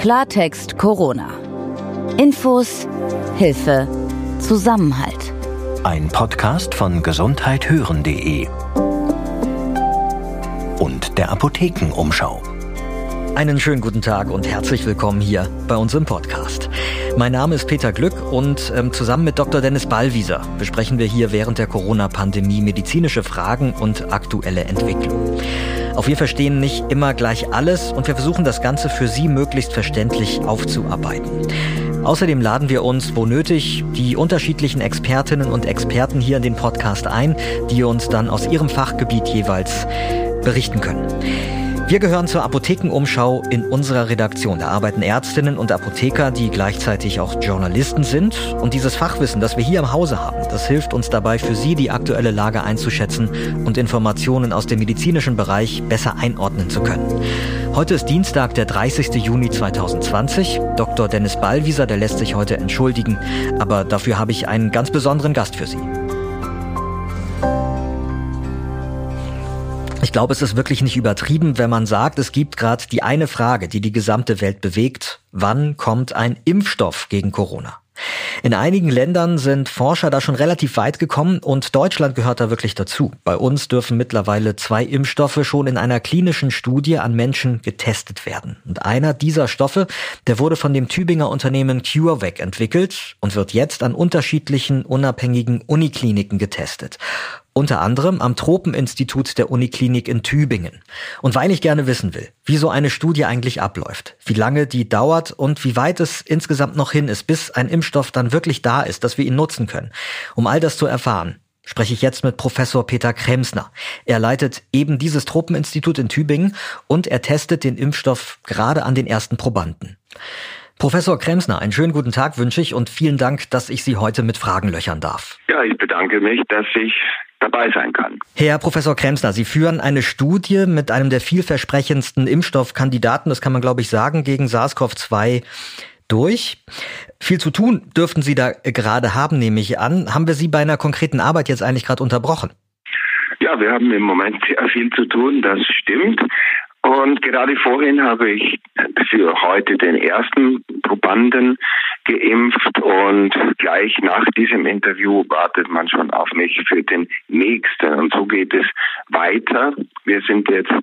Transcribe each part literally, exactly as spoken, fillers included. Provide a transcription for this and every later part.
Klartext Corona. Infos, Hilfe, Zusammenhalt. Ein Podcast von gesundheit hören punkt de und der Apothekenumschau. Einen schönen guten Tag und herzlich willkommen hier bei uns im Podcast. Mein Name ist Peter Glück und ähm, zusammen mit Doktor Dennis Ballwieser besprechen wir hier während der Corona-Pandemie medizinische Fragen und aktuelle Entwicklungen. Auch wir verstehen nicht immer gleich alles und wir versuchen das Ganze für Sie möglichst verständlich aufzuarbeiten. Außerdem laden wir uns, wo nötig, die unterschiedlichen Expertinnen und Experten hier in den Podcast ein, die uns dann aus ihrem Fachgebiet jeweils berichten können. Wir gehören zur Apothekenumschau in unserer Redaktion. Da arbeiten Ärztinnen und Apotheker, die gleichzeitig auch Journalisten sind. Und dieses Fachwissen, das wir hier im Hause haben, das hilft uns dabei, für Sie die aktuelle Lage einzuschätzen und Informationen aus dem medizinischen Bereich besser einordnen zu können. Heute ist Dienstag, der dreißigster Juni zweitausendzwanzig. Doktor Dennis Ballwieser, der lässt sich heute entschuldigen. Aber dafür habe ich einen ganz besonderen Gast für Sie. Ich glaube, es ist wirklich nicht übertrieben, wenn man sagt, es gibt gerade die eine Frage, die die gesamte Welt bewegt. Wann kommt ein Impfstoff gegen Corona? In einigen Ländern sind Forscher da schon relativ weit gekommen und Deutschland gehört da wirklich dazu. Bei uns dürfen mittlerweile zwei Impfstoffe schon in einer klinischen Studie an Menschen getestet werden. Und einer dieser Stoffe, der wurde von dem Tübinger Unternehmen CureVac entwickelt und wird jetzt an unterschiedlichen unabhängigen Unikliniken getestet. Unter anderem am Tropeninstitut der Uniklinik in Tübingen. Und weil ich gerne wissen will, wie so eine Studie eigentlich abläuft, wie lange die dauert und wie weit es insgesamt noch hin ist, bis ein Impfstoff dann wirklich da ist, dass wir ihn nutzen können. Um all das zu erfahren, spreche ich jetzt mit Professor Peter Kremsner. Er leitet eben dieses Tropeninstitut in Tübingen und er testet den Impfstoff gerade an den ersten Probanden. Professor Kremsner, einen schönen guten Tag wünsche ich und vielen Dank, dass ich Sie heute mit Fragen löchern darf. Ja, ich bedanke mich, dass ich dabei sein kann. Herr Professor Kremsner, Sie führen eine Studie mit einem der vielversprechendsten Impfstoffkandidaten, das kann man glaube ich sagen, gegen SARS-C o V zwei durch. Viel zu tun dürften Sie da gerade haben, nehme ich an. Haben wir Sie bei einer konkreten Arbeit jetzt eigentlich gerade unterbrochen? Ja, wir haben im Moment sehr viel zu tun, das stimmt. Und gerade vorhin habe ich für heute den ersten Probanden geimpft und gleich nach diesem Interview wartet man schon auf mich für den nächsten. Und so geht es weiter. Wir sind jetzt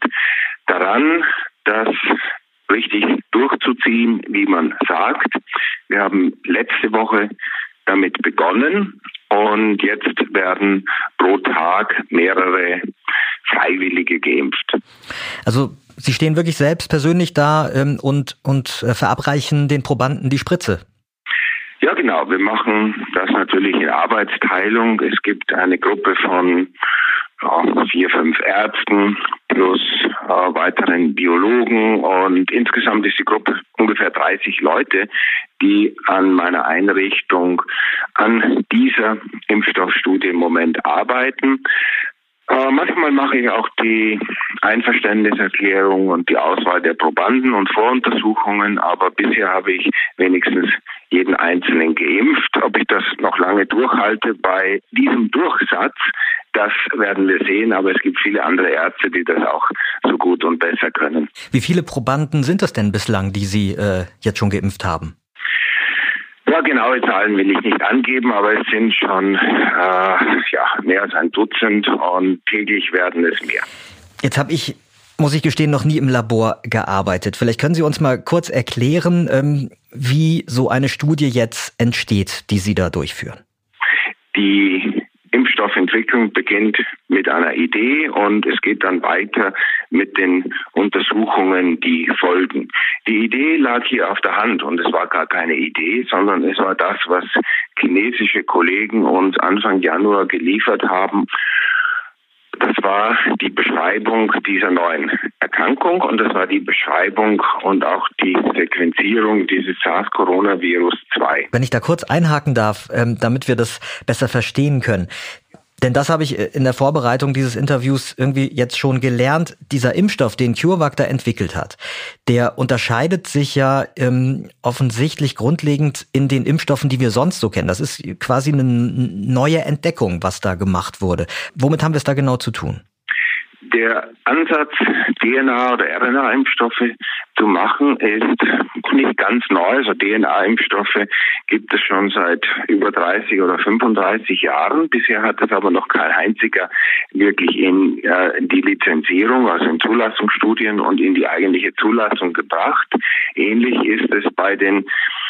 daran, das richtig durchzuziehen, wie man sagt. Wir haben letzte Woche damit begonnen und jetzt werden pro Tag mehrere Freiwillige geimpft. Also Sie stehen wirklich selbst persönlich da ähm, und, und äh, verabreichen den Probanden die Spritze? Ja, genau. Wir machen das natürlich in Arbeitsteilung. Es gibt eine Gruppe von ja, vier, fünf Ärzten plus äh, weiteren Biologen und insgesamt ist die Gruppe ungefähr dreißig Leute, die an meiner Einrichtung an dieser Impfstoffstudie im Moment arbeiten. Äh, manchmal mache ich auch die Einverständniserklärung und die Auswahl der Probanden und Voruntersuchungen, aber bisher habe ich wenigstens jeden Einzelnen geimpft. Ob ich das noch lange durchhalte bei diesem Durchsatz, das werden wir sehen, aber es gibt viele andere Ärzte, die das auch so gut und besser können. Wie viele Probanden sind es denn bislang, die Sie äh, jetzt schon geimpft haben? Ja, genaue Zahlen will ich nicht angeben, aber es sind schon äh, ja, mehr als ein Dutzend und täglich werden es mehr. Jetzt habe ich, muss ich gestehen, noch nie im Labor gearbeitet. Vielleicht können Sie uns mal kurz erklären, ähm, wie so eine Studie jetzt entsteht, die Sie da durchführen. Die Impfstoffentwicklung beginnt mit einer Idee und es geht dann weiter mit den Untersuchungen, die folgen. Die Idee lag hier auf der Hand und es war gar keine Idee, sondern es war das, was chinesische Kollegen uns Anfang Januar geliefert haben. Das war die Beschreibung dieser neuen Erkrankung und das war die Beschreibung und auch die Sequenzierung dieses SARS-Coronavirus zwei. Wenn ich da kurz einhaken darf, ähm, damit wir das besser verstehen können. Denn das habe ich in der Vorbereitung dieses Interviews irgendwie jetzt schon gelernt. Dieser Impfstoff, den CureVac da entwickelt hat, der unterscheidet sich ja ähm, offensichtlich grundlegend in den Impfstoffen, die wir sonst so kennen. Das ist quasi eine neue Entdeckung, was da gemacht wurde. Womit haben wir es da genau zu tun? Der Ansatz, D N A- oder R N A-Impfstoffe zu machen, ist nicht ganz neu. Also D N A-Impfstoffe gibt es schon seit über dreißig oder fünfunddreißig Jahren. Bisher hat es aber noch kein einziger wirklich in äh, die Lizenzierung, also in Zulassungsstudien und in die eigentliche Zulassung gebracht. Ähnlich ist es bei den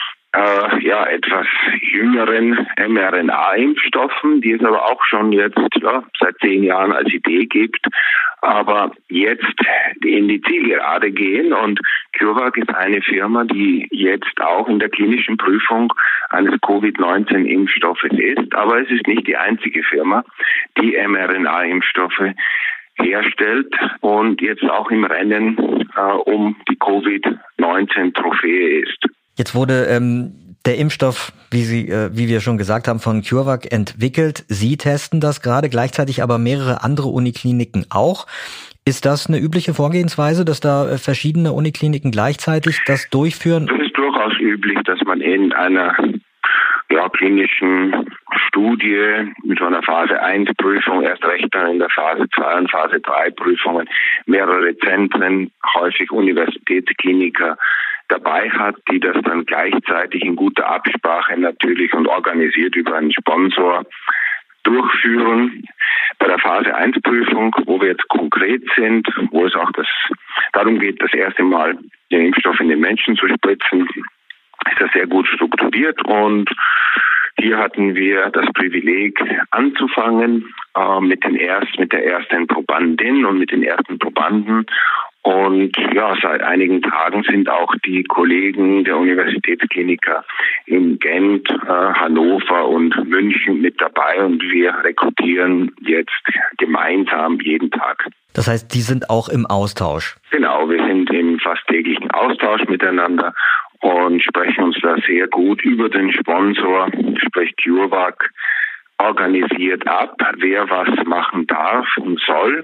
Äh, ja, etwas jüngeren mRNA-Impfstoffen, die es aber auch schon jetzt ja, seit zehn Jahren als Idee gibt, aber jetzt in die Zielgerade gehen. Und CureVac ist eine Firma, die jetzt auch in der klinischen Prüfung eines Covid neunzehn Impfstoffes ist, aber es ist nicht die einzige Firma, die mRNA-Impfstoffe herstellt und jetzt auch im Rennen äh, um die Covid neunzehn Trophäe ist. Jetzt wurde ähm, der Impfstoff, wie Sie, äh, wie wir schon gesagt haben, von CureVac entwickelt. Sie testen das gerade, gleichzeitig aber mehrere andere Unikliniken auch. Ist das eine übliche Vorgehensweise, dass da äh, verschiedene Unikliniken gleichzeitig das durchführen? Das ist durchaus üblich, dass man in einer ja, klinischen Studie mit so einer Phase eins Prüfung, erst recht dann in der Phase zwei und Phase drei Prüfungen mehrere Zentren, häufig Universitätskliniker dabei hat, die das dann gleichzeitig in guter Absprache natürlich und organisiert über einen Sponsor durchführen. Bei der Phase eins Prüfung, wo wir jetzt konkret sind, wo es auch das darum geht, das erste Mal den Impfstoff in den Menschen zu spritzen, ist das sehr gut strukturiert und hier hatten wir das Privileg anzufangen äh, mit den erst mit der ersten Probandin und mit den ersten Probanden. Und ja, seit einigen Tagen sind auch die Kollegen der Universitätskliniker in Gent, äh, Hannover und München mit dabei und wir rekrutieren jetzt gemeinsam jeden Tag. Das heißt, die sind auch im Austausch? Genau, wir sind im fast täglichen Austausch miteinander und sprechen uns da sehr gut über den Sponsor, sprich CureVac, organisiert ab, wer was machen darf und soll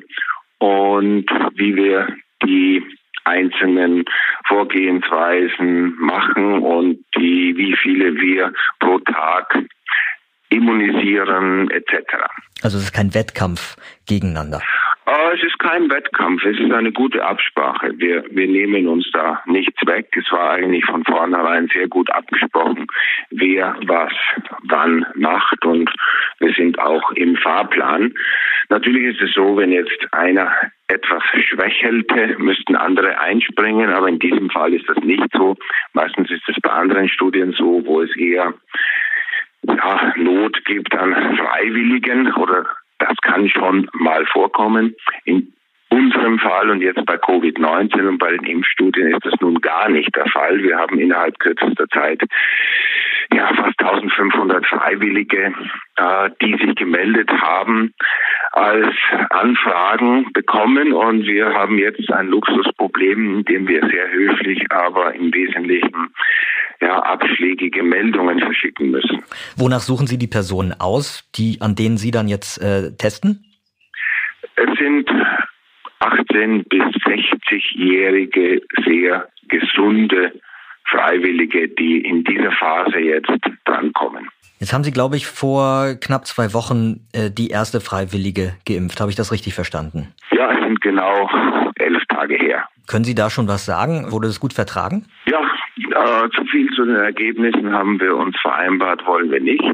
und wie wir die einzelnen Vorgehensweisen machen und die, wie viele wir pro Tag immunisieren et cetera. Also es ist kein Wettkampf gegeneinander? Es ist kein Wettkampf, es ist eine gute Absprache. Wir, wir nehmen uns da nichts weg. Es war eigentlich von vornherein sehr gut abgesprochen, wer was wann macht und wir sind auch im Fahrplan. Natürlich ist es so, wenn jetzt einer etwas schwächelte, müssten andere einspringen, aber in diesem Fall ist das nicht so. Meistens ist es bei anderen Studien so, wo es eher ja, Not gibt an Freiwilligen oder das kann schon mal vorkommen. In unserem Fall und jetzt bei Covid neunzehn und bei den Impfstudien ist das nun gar nicht der Fall. Wir haben innerhalb kürzester Zeit ja fast eintausendfünfhundert Freiwillige, äh, die sich gemeldet haben, als Anfragen bekommen und wir haben jetzt ein Luxusproblem, in dem wir sehr höflich, aber im Wesentlichen ja abschlägige Meldungen verschicken müssen. Wonach suchen Sie die Personen aus, die an denen Sie dann jetzt äh, testen? Es sind achtzehn- bis sechzigjährige, sehr gesunde Freiwillige, die in dieser Phase jetzt drankommen. Jetzt haben Sie, glaube ich, vor knapp zwei Wochen äh, die erste Freiwillige geimpft. Habe ich das richtig verstanden? Ja, es sind genau elf Tage her. Können Sie da schon was sagen? Wurde das gut vertragen? Ja, äh, zu viel zu den Ergebnissen haben wir uns vereinbart, wollen wir nicht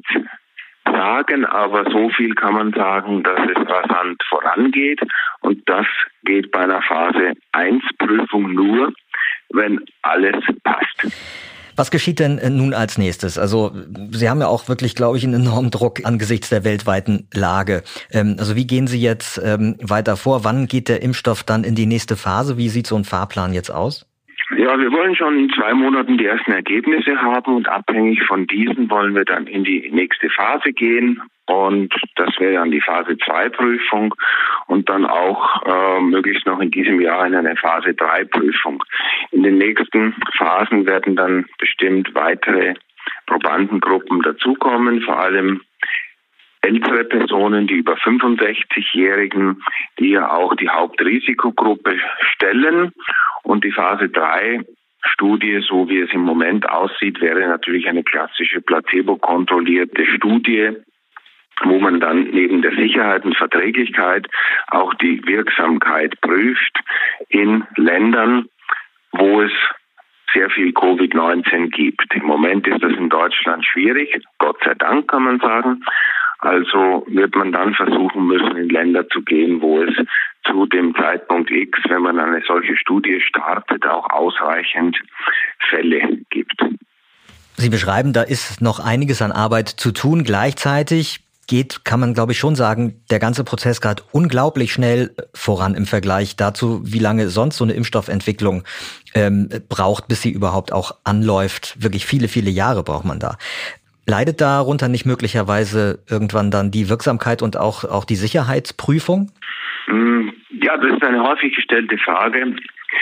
sagen, aber so viel kann man sagen, dass es rasant vorangeht und das geht bei einer Phase eins Prüfung nur, wenn alles passt. Was geschieht denn nun als nächstes? Also Sie haben ja auch wirklich, glaube ich, einen enormen Druck angesichts der weltweiten Lage. Ähm, also wie gehen Sie jetzt ähm, weiter vor? Wann geht der Impfstoff dann in die nächste Phase? Wie sieht so ein Fahrplan jetzt aus? Ja, wir wollen schon in zwei Monaten die ersten Ergebnisse haben und abhängig von diesen wollen wir dann in die nächste Phase gehen und das wäre dann die Phase zwei Prüfung und dann auch äh, möglichst noch in diesem Jahr in eine Phase drei Prüfung. In den nächsten Phasen werden dann bestimmt weitere Probandengruppen dazukommen, vor allem ältere Personen, die über fünfundsechzigjährigen, die ja auch die Hauptrisikogruppe stellen. Und die Phase drei Studie, so wie es im Moment aussieht, wäre natürlich eine klassische placebo-kontrollierte Studie, wo man dann neben der Sicherheit und Verträglichkeit auch die Wirksamkeit prüft in Ländern, wo es sehr viel Covid neunzehn gibt. Im Moment ist das in Deutschland schwierig, Gott sei Dank kann man sagen. Also wird man dann versuchen müssen, in Länder zu gehen, wo es zu dem Zeitpunkt X, wenn man eine solche Studie startet, auch ausreichend Fälle gibt. Sie beschreiben, da ist noch einiges an Arbeit zu tun. Gleichzeitig geht, kann man glaube ich schon sagen, der ganze Prozess gerade unglaublich schnell voran im Vergleich dazu, wie lange sonst so eine Impfstoffentwicklung ähm, braucht, bis sie überhaupt auch anläuft. Wirklich viele, viele Jahre braucht man da. Leidet darunter nicht möglicherweise irgendwann dann die Wirksamkeit und auch, auch die Sicherheitsprüfung? Ja, das ist eine häufig gestellte Frage,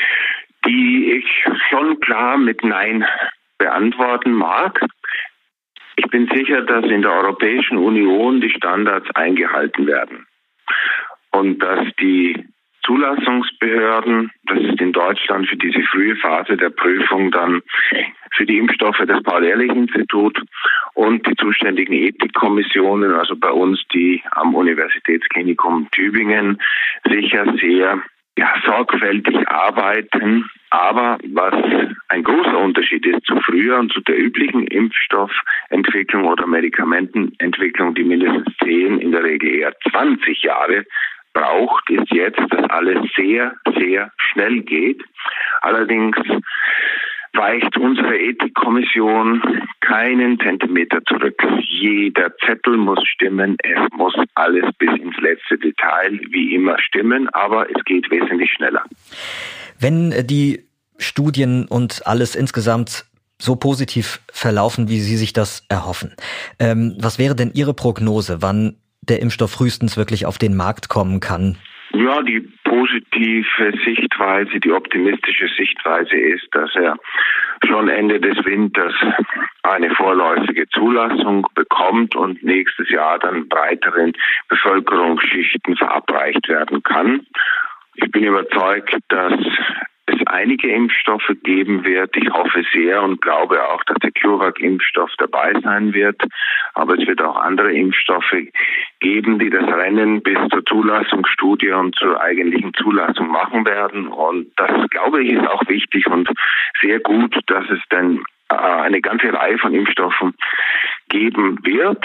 die ich schon klar mit Nein beantworten mag. Ich bin sicher, dass in der Europäischen Union die Standards eingehalten werden und dass die Zulassungsbehörden, das ist in Deutschland für diese frühe Phase der Prüfung dann für die Impfstoffe das Paul-Ehrlich-Institut und die zuständigen Ethikkommissionen, also bei uns die am Universitätsklinikum Tübingen, sicher sehr ja, sorgfältig arbeiten. Aber was ein großer Unterschied ist zu früher und zu der üblichen Impfstoffentwicklung oder Medikamentenentwicklung, die mindestens zehn, in der Regel eher zwanzig Jahre braucht, ist jetzt, dass alles sehr, sehr schnell geht. Allerdings weicht unsere Ethikkommission keinen Zentimeter zurück. Jeder Zettel muss stimmen, es muss alles bis ins letzte Detail wie immer stimmen, aber es geht wesentlich schneller. Wenn die Studien und alles insgesamt so positiv verlaufen, wie Sie sich das erhoffen, ähm, was wäre denn Ihre Prognose, wann der Impfstoff frühestens wirklich auf den Markt kommen kann? Ja, die positive Sichtweise, die optimistische Sichtweise ist, dass er schon Ende des Winters eine vorläufige Zulassung bekommt und nächstes Jahr dann breiteren Bevölkerungsschichten verabreicht werden kann. Ich bin überzeugt, dass es einige Impfstoffe geben wird. Ich hoffe sehr und glaube auch, dass der CureVac-Impfstoff dabei sein wird. Aber es wird auch andere Impfstoffe geben, die das Rennen bis zur Zulassungsstudie und zur eigentlichen Zulassung machen werden. Und das, glaube ich, ist auch wichtig und sehr gut, dass es dann eine ganze Reihe von Impfstoffen geben wird,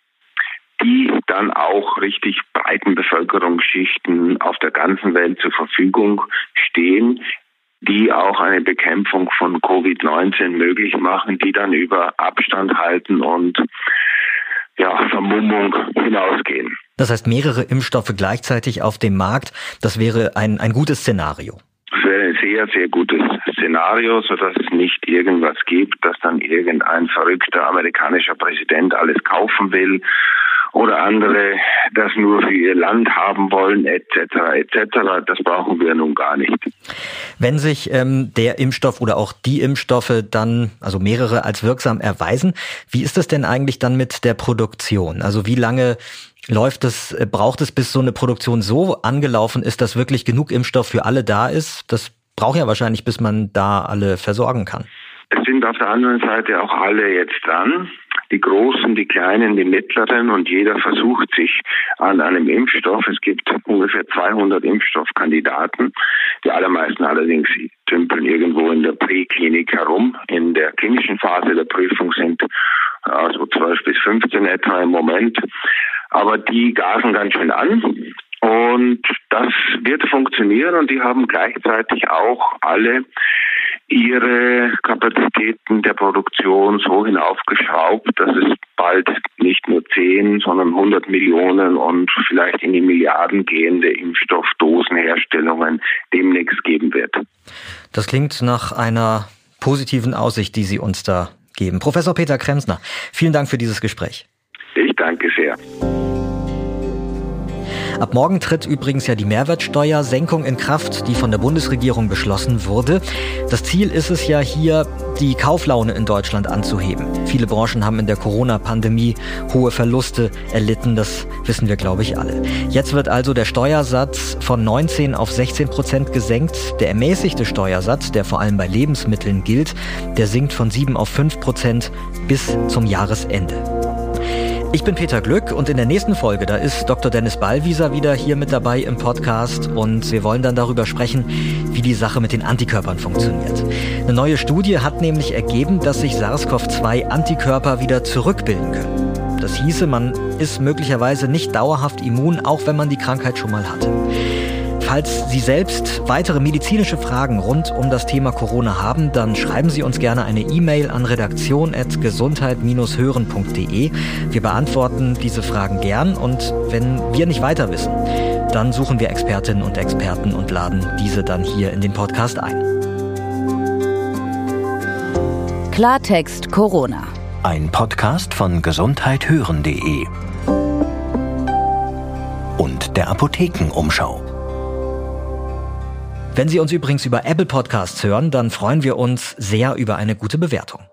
die dann auch richtig breiten Bevölkerungsschichten auf der ganzen Welt zur Verfügung stehen, die auch eine Bekämpfung von Covid neunzehn möglich machen, die dann über Abstand halten und ja, Vermummung hinausgehen. Das heißt, mehrere Impfstoffe gleichzeitig auf dem Markt, das wäre ein, ein gutes Szenario. Das wäre ein sehr, sehr gutes Szenario, sodass es nicht irgendwas gibt, dass dann irgendein verrückter amerikanischer Präsident alles kaufen will oder andere das nur für ihr Land haben wollen, et cetera et cetera. Das brauchen wir nun gar nicht. Wenn sich ähm, der Impfstoff oder auch die Impfstoffe dann, also mehrere, als wirksam erweisen, wie ist das denn eigentlich dann mit der Produktion? Also wie lange läuft es, braucht es, bis so eine Produktion so angelaufen ist, dass wirklich genug Impfstoff für alle da ist? Das braucht ja wahrscheinlich, bis man da alle versorgen kann. Es sind auf der anderen Seite auch alle jetzt dran. Die Großen, die Kleinen, die Mittleren und jeder versucht sich an einem Impfstoff. Es gibt ungefähr zweihundert Impfstoffkandidaten. Die allermeisten allerdings tümpeln irgendwo in der Präklinik herum. In der klinischen Phase der Prüfung sind also zwölf bis fünfzehn etwa im Moment. Aber die gasen ganz schön an. Und das wird funktionieren und die haben gleichzeitig auch alle ihre Kapazitäten der Produktion so hinaufgeschraubt, dass es bald nicht nur zehn, sondern hundert Millionen und vielleicht in die Milliarden gehende Impfstoffdosenherstellungen demnächst geben wird. Das klingt nach einer positiven Aussicht, die Sie uns da geben. Professor Peter Kremsner, vielen Dank für dieses Gespräch. Ich danke sehr. Ab morgen tritt übrigens ja die Mehrwertsteuersenkung in Kraft, die von der Bundesregierung beschlossen wurde. Das Ziel ist es ja hier, die Kauflaune in Deutschland anzuheben. Viele Branchen haben in der Corona-Pandemie hohe Verluste erlitten, das wissen wir, glaube ich, alle. Jetzt wird also der Steuersatz von neunzehn auf sechzehn Prozent gesenkt. Der ermäßigte Steuersatz, der vor allem bei Lebensmitteln gilt, der sinkt von sieben auf fünf Prozent bis zum Jahresende. Ich bin Peter Glück und in der nächsten Folge, da ist Doktor Dennis Ballwieser wieder hier mit dabei im Podcast und wir wollen dann darüber sprechen, wie die Sache mit den Antikörpern funktioniert. Eine neue Studie hat nämlich ergeben, dass sich SARS-C o V zwei Antikörper wieder zurückbilden können. Das hieße, man ist möglicherweise nicht dauerhaft immun, auch wenn man die Krankheit schon mal hatte. Falls Sie selbst weitere medizinische Fragen rund um das Thema Corona haben, dann schreiben Sie uns gerne eine E-Mail an redaktion at gesundheit dash hören punkt de. Wir beantworten diese Fragen gern und wenn wir nicht weiter wissen, dann suchen wir Expertinnen und Experten und laden diese dann hier in den Podcast ein. Klartext Corona. Ein Podcast von gesundheit hören punkt de und der Apothekenumschau. Wenn Sie uns übrigens über Apple Podcasts hören, dann freuen wir uns sehr über eine gute Bewertung.